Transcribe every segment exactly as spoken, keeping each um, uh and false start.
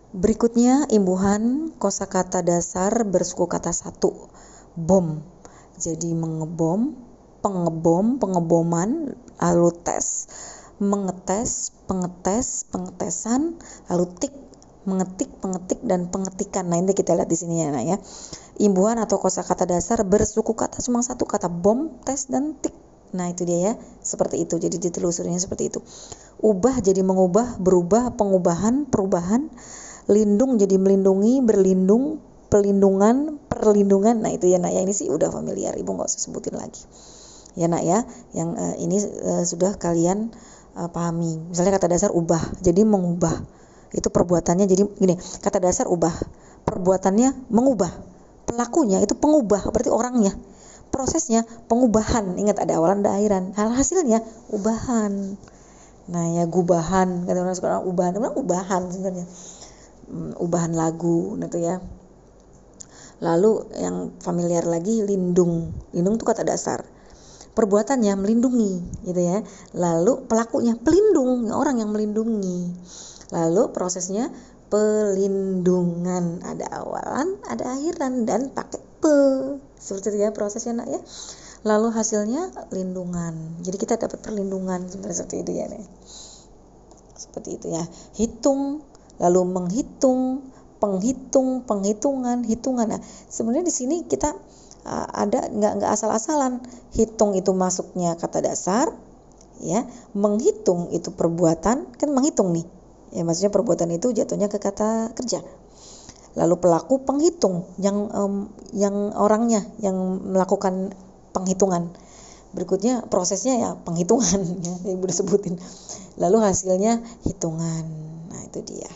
Berikutnya imbuhan kosakata dasar bersuku kata satu, bom. Jadi mengebom, pengebom, pengeboman, lalu tes, mengetes, pengetes, pengetesan, lalu tik, mengetik, pengetik, dan pengetikan. Nah ini kita lihat di sini ya, nah ya. Imbuhan atau kosakata dasar bersuku kata cuma satu, kata bom, tes, dan tik. Nah itu dia ya, seperti itu. Jadi ditelusurinya seperti itu. Ubah jadi mengubah, berubah, pengubahan, perubahan. Lindung jadi melindungi, berlindung, pelindungan, perlindungan. Nah itu ya nak ya, ini sih udah familiar, ibu nggak usah sebutin lagi ya nak ya. Yang uh, ini uh, sudah kalian uh, pahami. Misalnya kata dasar ubah jadi mengubah, itu perbuatannya. Jadi gini, kata dasar ubah, perbuatannya mengubah, pelakunya itu pengubah, berarti orangnya, prosesnya pengubahan. Ingat ada awalan ada akhiran, hal hasilnya ubahan. Nah ya, gubahan, kata orang sekarang ubahan, orang ubahan sebenarnya. Hmm, ubahan lagu gitu ya. Lalu yang familiar lagi lindung. Lindung itu kata dasar. Perbuatannya melindungi gitu ya. Lalu pelakunya pelindung, orang yang melindungi. Lalu prosesnya pelindungan, ada awalan, ada akhiran dan pakai pe. Seperti itu ya prosesnya nak ya. Lalu hasilnya lindungan. Jadi kita dapat perlindungan sebenarnya seperti itu ya nih. Seperti itu ya. Hitung, lalu menghitung, penghitung, penghitungan, hitungan. Nah, sebenarnya di sini kita uh, ada nggak nggak asal-asalan. Hitung itu masuknya kata dasar, ya. Menghitung itu perbuatan, kan menghitung nih. Ya maksudnya perbuatan itu jatuhnya ke kata kerja. Lalu pelaku penghitung, yang um, yang orangnya yang melakukan penghitungan. Berikutnya prosesnya ya penghitungan ya, yang udah sebutin. Lalu hasilnya hitungan. Nah itu dia.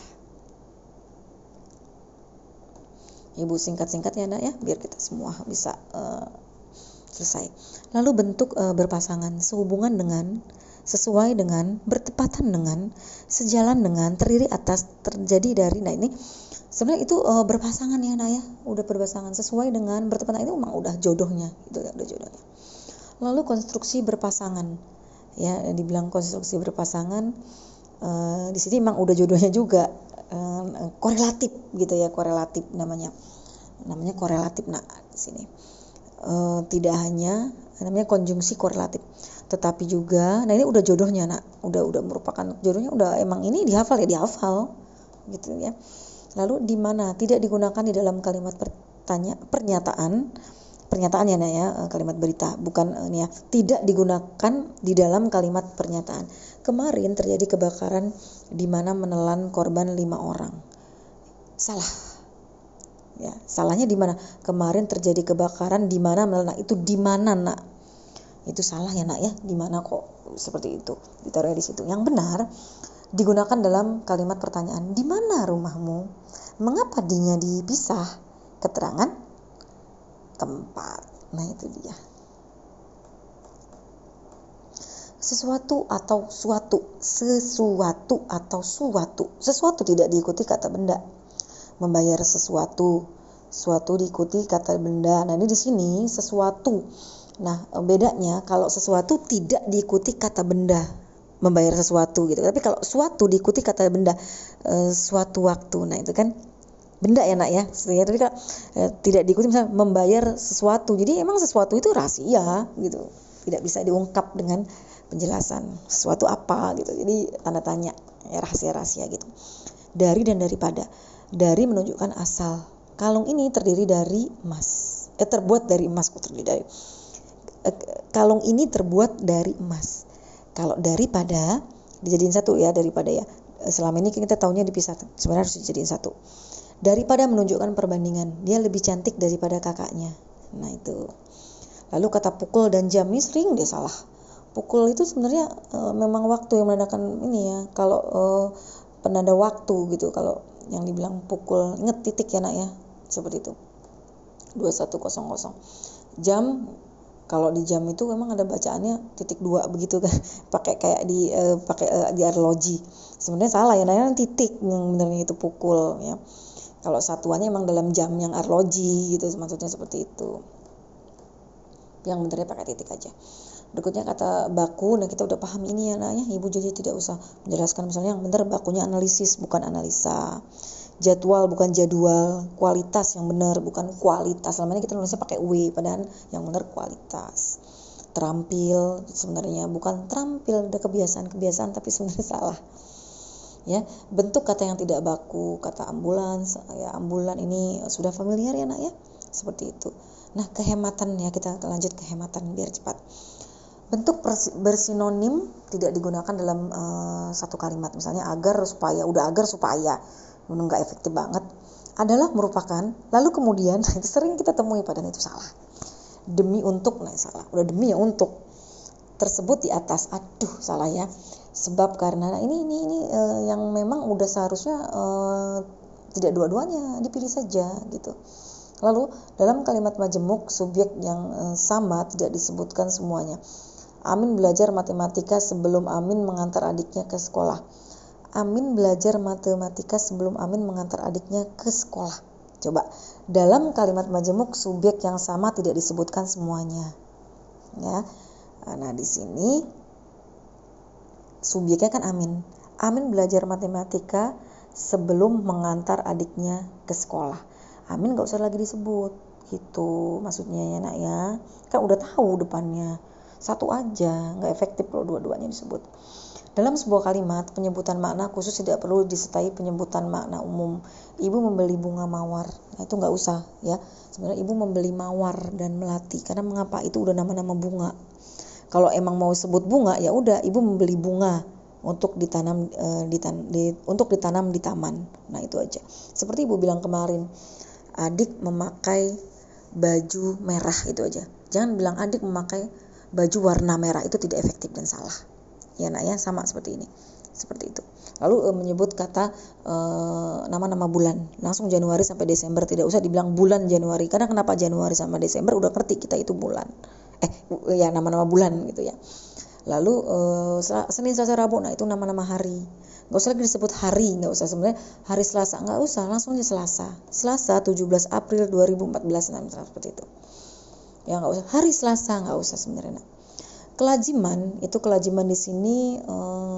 Ibu singkat-singkat ya nak ya, biar kita semua bisa uh, selesai. Lalu bentuk uh, berpasangan, sehubungan dengan, sesuai dengan, bertepatan dengan, sejalan dengan, terdiri atas, terjadi dari. Nah ini sebenarnya itu uh, berpasangan ya nak ya, udah berpasangan, sesuai dengan, bertepatan, itu memang udah jodohnya, itu ya udah jodohnya. Lalu konstruksi berpasangan, ya dibilang konstruksi berpasangan, uh, di sini memang udah jodohnya juga. Uh, korelatif gitu ya, korelatif namanya namanya korelatif nak di sini. Uh, tidak hanya namanya konjungsi korelatif, tetapi juga nah ini udah jodohnya nak, udah udah merupakan jodohnya, udah emang ini dihafal ya dihafal gitu ya. Lalu di mana tidak digunakan di dalam kalimat pertanya pernyataan pernyataan ya nak ya, kalimat berita, bukan ini ya, tidak digunakan di dalam kalimat pernyataan. Kemarin terjadi kebakaran di mana menelan korban lima orang. Salah. Ya, salahnya di mana? Kemarin terjadi kebakaran di mana menelan, itu di mana nak? Itu salah ya nak ya, di mana kok seperti itu ditaruh di situ. Yang benar digunakan dalam kalimat pertanyaan. Di mana rumahmu? Mengapa dinya dipisah? Keterangan tempat. Nah itu dia. Sesuatu atau suatu, sesuatu atau suatu. Sesuatu tidak diikuti kata benda. Membayar sesuatu, suatu diikuti kata benda. Nah ini di sini sesuatu. Nah bedanya kalau sesuatu tidak diikuti kata benda, membayar sesuatu gitu. Tapi kalau suatu diikuti kata benda, e, suatu waktu. Nah itu kan benda ya nak ya. Tapi kalau e, tidak diikuti misalnya membayar sesuatu. Jadi emang sesuatu itu rahasia gitu. Tidak bisa diungkap dengan penjelasan. Sesuatu apa gitu. Jadi tanda tanya, ya rahasia-rahasia gitu. Dari dan daripada. Dari menunjukkan asal. Kalung ini terdiri dari emas. Eh terbuat dari emas, kok terdiri dari. Eh, kalung ini terbuat dari emas. Kalau daripada dijadiin satu ya, daripada ya. Selama ini kita taunya dipisah, sebenarnya harus dijadiin satu. Daripada menunjukkan perbandingan, dia lebih cantik daripada kakaknya. Nah itu. Lalu kata pukul dan jam ini sering dia salah. Pukul itu sebenarnya e, memang waktu yang menandakan ini ya. Kalau e, penanda waktu gitu. Kalau yang dibilang pukul, ingat titik ya nak ya, seperti itu. dua puluh satu nol nol. Jam, kalau di jam itu memang ada bacaannya titik dua begitu kan. Pakai kayak di e, pakai e, di arloji. Sebenarnya salah ya, namanya titik yang benernya itu pukul ya. Kalau satuannya emang dalam jam yang arloji gitu, maksudnya seperti itu. Yang benernya pakai titik aja. Berikutnya kata baku. Nah kita udah paham ini ya naknya, ibu jadi tidak usah menjelaskan. Misalnya yang benar bakunya analisis bukan analisa. jadwal bukan jadwal, kualitas yang benar bukan kualitas. Selama ini kita nulisnya pakai W, padahal yang benar kualitas. Terampil sebenarnya bukan terampil, ada kebiasaan-kebiasaan tapi sebenarnya salah. Ya, bentuk kata yang tidak baku, kata ambulans, ya ambulan ini sudah familiar ya nak ya, seperti itu. Nah, kehematan ya, kita lanjut kehematan biar cepat. Bentuk bersinonim tidak digunakan dalam uh, satu kalimat, misalnya agar supaya, udah agar supaya, nggak efektif banget. Adalah merupakan, lalu kemudian itu sering kita temui padahal itu salah. Demi untuk, nah salah. Udah demi ya untuk. Tersebut di atas, aduh salah ya. Sebab karena nah, ini ini ini uh, yang memang udah seharusnya uh, tidak dua-duanya, dipilih saja gitu. Lalu dalam kalimat majemuk subjek yang uh, sama tidak disebutkan semuanya. Amin belajar matematika sebelum Amin mengantar adiknya ke sekolah. Amin belajar matematika sebelum Amin mengantar adiknya ke sekolah. Coba, dalam kalimat majemuk subjek yang sama tidak disebutkan semuanya. Ya. Nah, di sini subjeknya kan Amin. Amin belajar matematika sebelum mengantar adiknya ke sekolah. Amin gak usah lagi disebut. Gitu maksudnya ya nak ya. Kan udah tahu depannya. Satu aja, gak efektif kalau dua-duanya disebut. Dalam sebuah kalimat, penyebutan makna khusus tidak perlu disertai penyebutan makna umum. Ibu membeli bunga mawar. Nah, itu nggak usah ya. Sebenarnya ibu membeli mawar dan melati. Karena mengapa? Itu udah nama-nama bunga. Kalau emang mau sebut bunga, ya udah ibu membeli bunga untuk ditanam e, ditan, di, untuk ditanam di taman. Nah, itu aja. Seperti ibu bilang kemarin, adik memakai baju merah, itu aja. Jangan bilang adik memakai baju warna merah, itu tidak efektif dan salah. Ya nak ya, sama seperti ini, seperti itu. Lalu e, menyebut kata e, nama-nama bulan, langsung Januari sampai Desember, tidak usah dibilang bulan Januari. Karena kenapa Januari sama Desember udah ngerti kita itu bulan, eh ya nama-nama bulan gitu ya. Lalu e, Senin, Selasa, Rabu, nah itu nama-nama hari. Nggak usah lagi disebut hari, nggak usah sebenarnya hari Selasa, nggak usah, langsung aja Selasa. Selasa tujuh belas April dua ribu empat belas, nah misalnya seperti itu. Ya nggak usah hari Selasa, nggak usah sebenarnya. Nah. Kelajiman itu kelajiman di sini eh,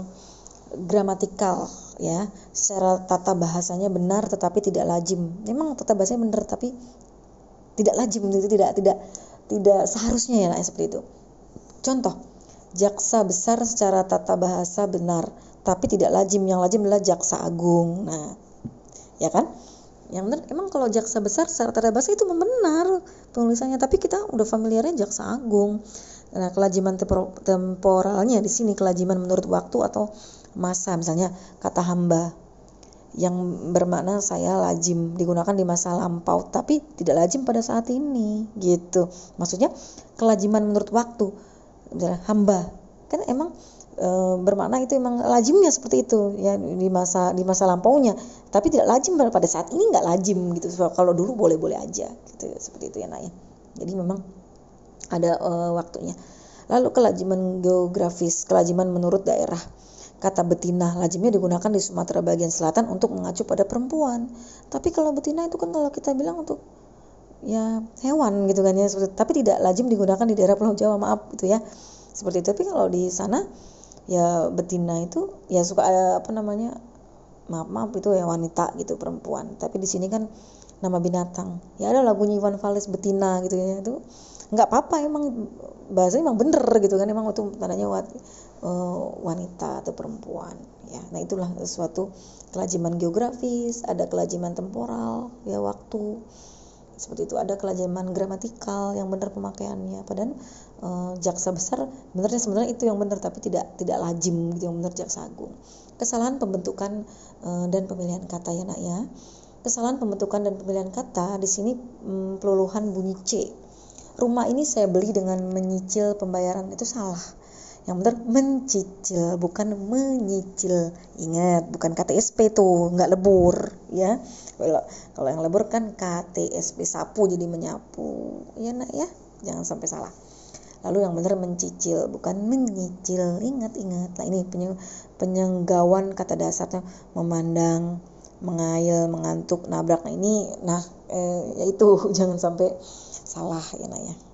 gramatikal ya, secara tata bahasanya benar tetapi tidak lazim. Memang tata bahasanya benar tapi tidak lazim, itu tidak tidak tidak seharusnya ya nah, seperti itu. Contoh, jaksa besar secara tata bahasa benar tapi tidak lazim. Yang lazim adalah jaksa agung. Nah, ya kan? Yang benar emang kalau jaksa besar secara tata bahasa itu benar penulisannya, tapi kita udah familiarnya jaksa agung. Nah, kelajiman temporalnya di sini kelajiman menurut waktu atau masa. Misalnya kata hamba yang bermakna saya lazim digunakan di masa lampau tapi tidak lazim pada saat ini gitu. Maksudnya kelajiman menurut waktu. Misalnya hamba kan emang e, bermakna itu emang lazimnya seperti itu ya di masa di masa lampaunya, tapi tidak lazim pada saat ini, nggak lazim gitu. So, kalau dulu boleh-boleh aja gitu, seperti itu ya nak ya. Jadi memang ada uh, waktunya. Lalu kelajiman geografis, kelajiman menurut daerah. Kata betina lazimnya digunakan di Sumatera bagian selatan untuk mengacu pada perempuan. Tapi kalau betina itu kan kalau kita bilang untuk ya hewan gitu kan ya, tapi tidak lazim digunakan di daerah Pulau Jawa, maaf gitu ya. Seperti itu. Tapi kalau di sana ya betina itu ya suka ada apa namanya? Maaf maaf itu ya wanita gitu, perempuan. Tapi di sini kan nama binatang. Ya ada lagunya Iwan Fals betina gitu ya, itu nggak apa-apa, emang bahasanya emang bener gitu kan, emang itu tandanya wanita atau perempuan ya. Nah, itulah suatu kelajiman geografis. Ada kelajiman temporal ya, waktu seperti itu. Ada kelajiman gramatikal yang benar pemakaiannya, padahal e, jaksa besar benernya sebenarnya itu yang benar tapi tidak tidak lazim gitu, yang benar jaksa agung. Kesalahan pembentukan e, dan pemilihan kata ya nak ya. Kesalahan pembentukan dan pemilihan kata di sini mm, peluluhan bunyi C. Rumah ini saya beli dengan menyicil pembayaran, itu salah. Yang benar mencicil, bukan menyicil. Ingat, bukan K T S P tuh, nggak lebur ya. Kalau kalau yang lebur kan K T S P, sapu jadi menyapu. Ya nak ya, jangan sampai salah. Lalu yang benar mencicil, bukan menyicil. Ingat-ingat. Nah, ini penyenggawan kata dasarnya memandang, mengail, mengantuk, nabrak. Nah, ini nah eh, yaitu jangan sampai salah ya nak ya.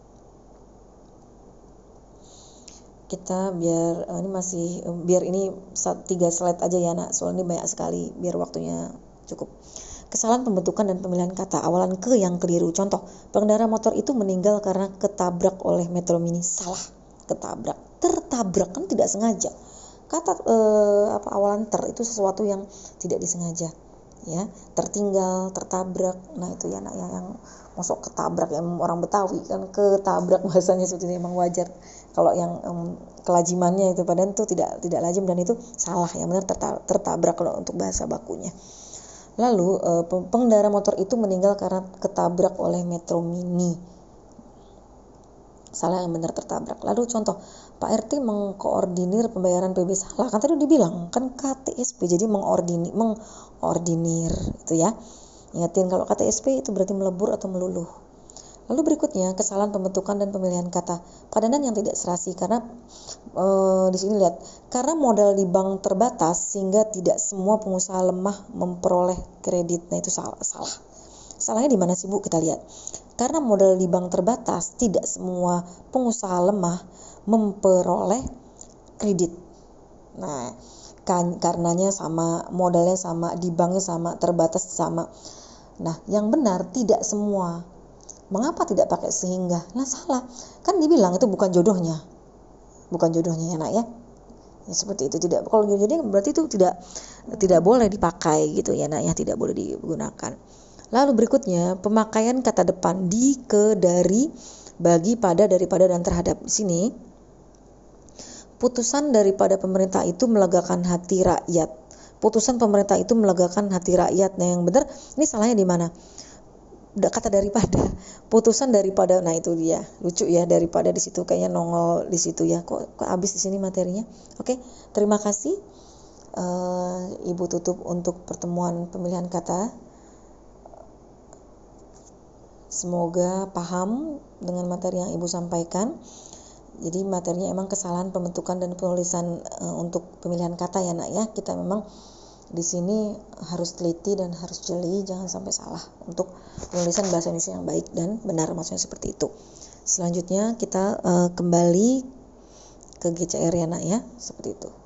Kita biar uh, ini masih uh, biar ini tiga slide aja ya nak, soalnya ini banyak sekali, biar waktunya Cukup. Kesalahan pembentukan dan pemilihan kata. Awalan ke yang keliru. Contoh, pengendara motor itu meninggal karena ketabrak oleh Metro Mini. Salah. Ketabrak. Tertabrak kan tidak sengaja. Kata eh, apa awalan ter itu sesuatu yang tidak disengaja. Ya, tertinggal, tertabrak. Nah, itu ya nak ya, yang masuk ketabrak yang orang Betawi kan ketabrak bahasanya seperti itu, memang wajar. Kalau yang um, kelajimannya itu padahal itu tidak tidak lazim dan itu salah. Yang benar tertabrak kalau untuk bahasa bakunya. Lalu eh, pengendara motor itu meninggal karena ketabrak oleh Metro Mini. Salah, yang benar tertabrak. Lalu contoh, Pak R T mengkoordinir pembayaran P B. Salah, kan tadi dibilang kan K T S P, jadi mengordinir, mengordinir itu ya. Ingatin kalau K T S P itu berarti melebur atau meluluh. Lalu berikutnya, kesalahan pembentukan dan pemilihan kata. Padanan yang tidak serasi karena e, di sini lihat, karena modal di bank terbatas sehingga tidak semua pengusaha lemah memperoleh kredit. Nah, itu salah. Salah. Salahnya di mana sih Bu? Kita lihat. Karena modal di bank terbatas, tidak semua pengusaha lemah memperoleh kredit. Nah, kan karenanya sama, modalnya sama, di banknya sama, terbatas sama. Nah, yang benar tidak semua. Mengapa tidak pakai sehingga? Nah, salah. Kan dibilang itu bukan jodohnya. Bukan jodohnya ya nak ya. Ya seperti itu, tidak. Kalau jodohnya berarti itu tidak tidak boleh dipakai gitu ya nak ya, tidak boleh digunakan. Lalu berikutnya, pemakaian kata depan di, ke, dari, bagi, pada, daripada, dan terhadap. Di sini putusan daripada pemerintah itu melegakan hati rakyat. Putusan pemerintah itu melegakan hati rakyat. Nah, yang benar ini salahnya di mana? Kata daripada, putusan daripada. Nah, itu dia. Lucu ya, daripada di situ kayaknya nongol di situ ya. Kok kok habis di sini materinya? Oke, terima kasih. Uh, Ibu tutup untuk pertemuan pemilihan kata. Semoga paham dengan materi yang Ibu sampaikan. Jadi materinya emang kesalahan pembentukan dan penulisan e, untuk pemilihan kata ya nak ya. Kita memang di sini harus teliti dan harus jeli, jangan sampai salah untuk penulisan bahasa Indonesia yang baik dan benar, maksudnya seperti itu. Selanjutnya kita e, kembali ke G C R ya nak ya, seperti itu.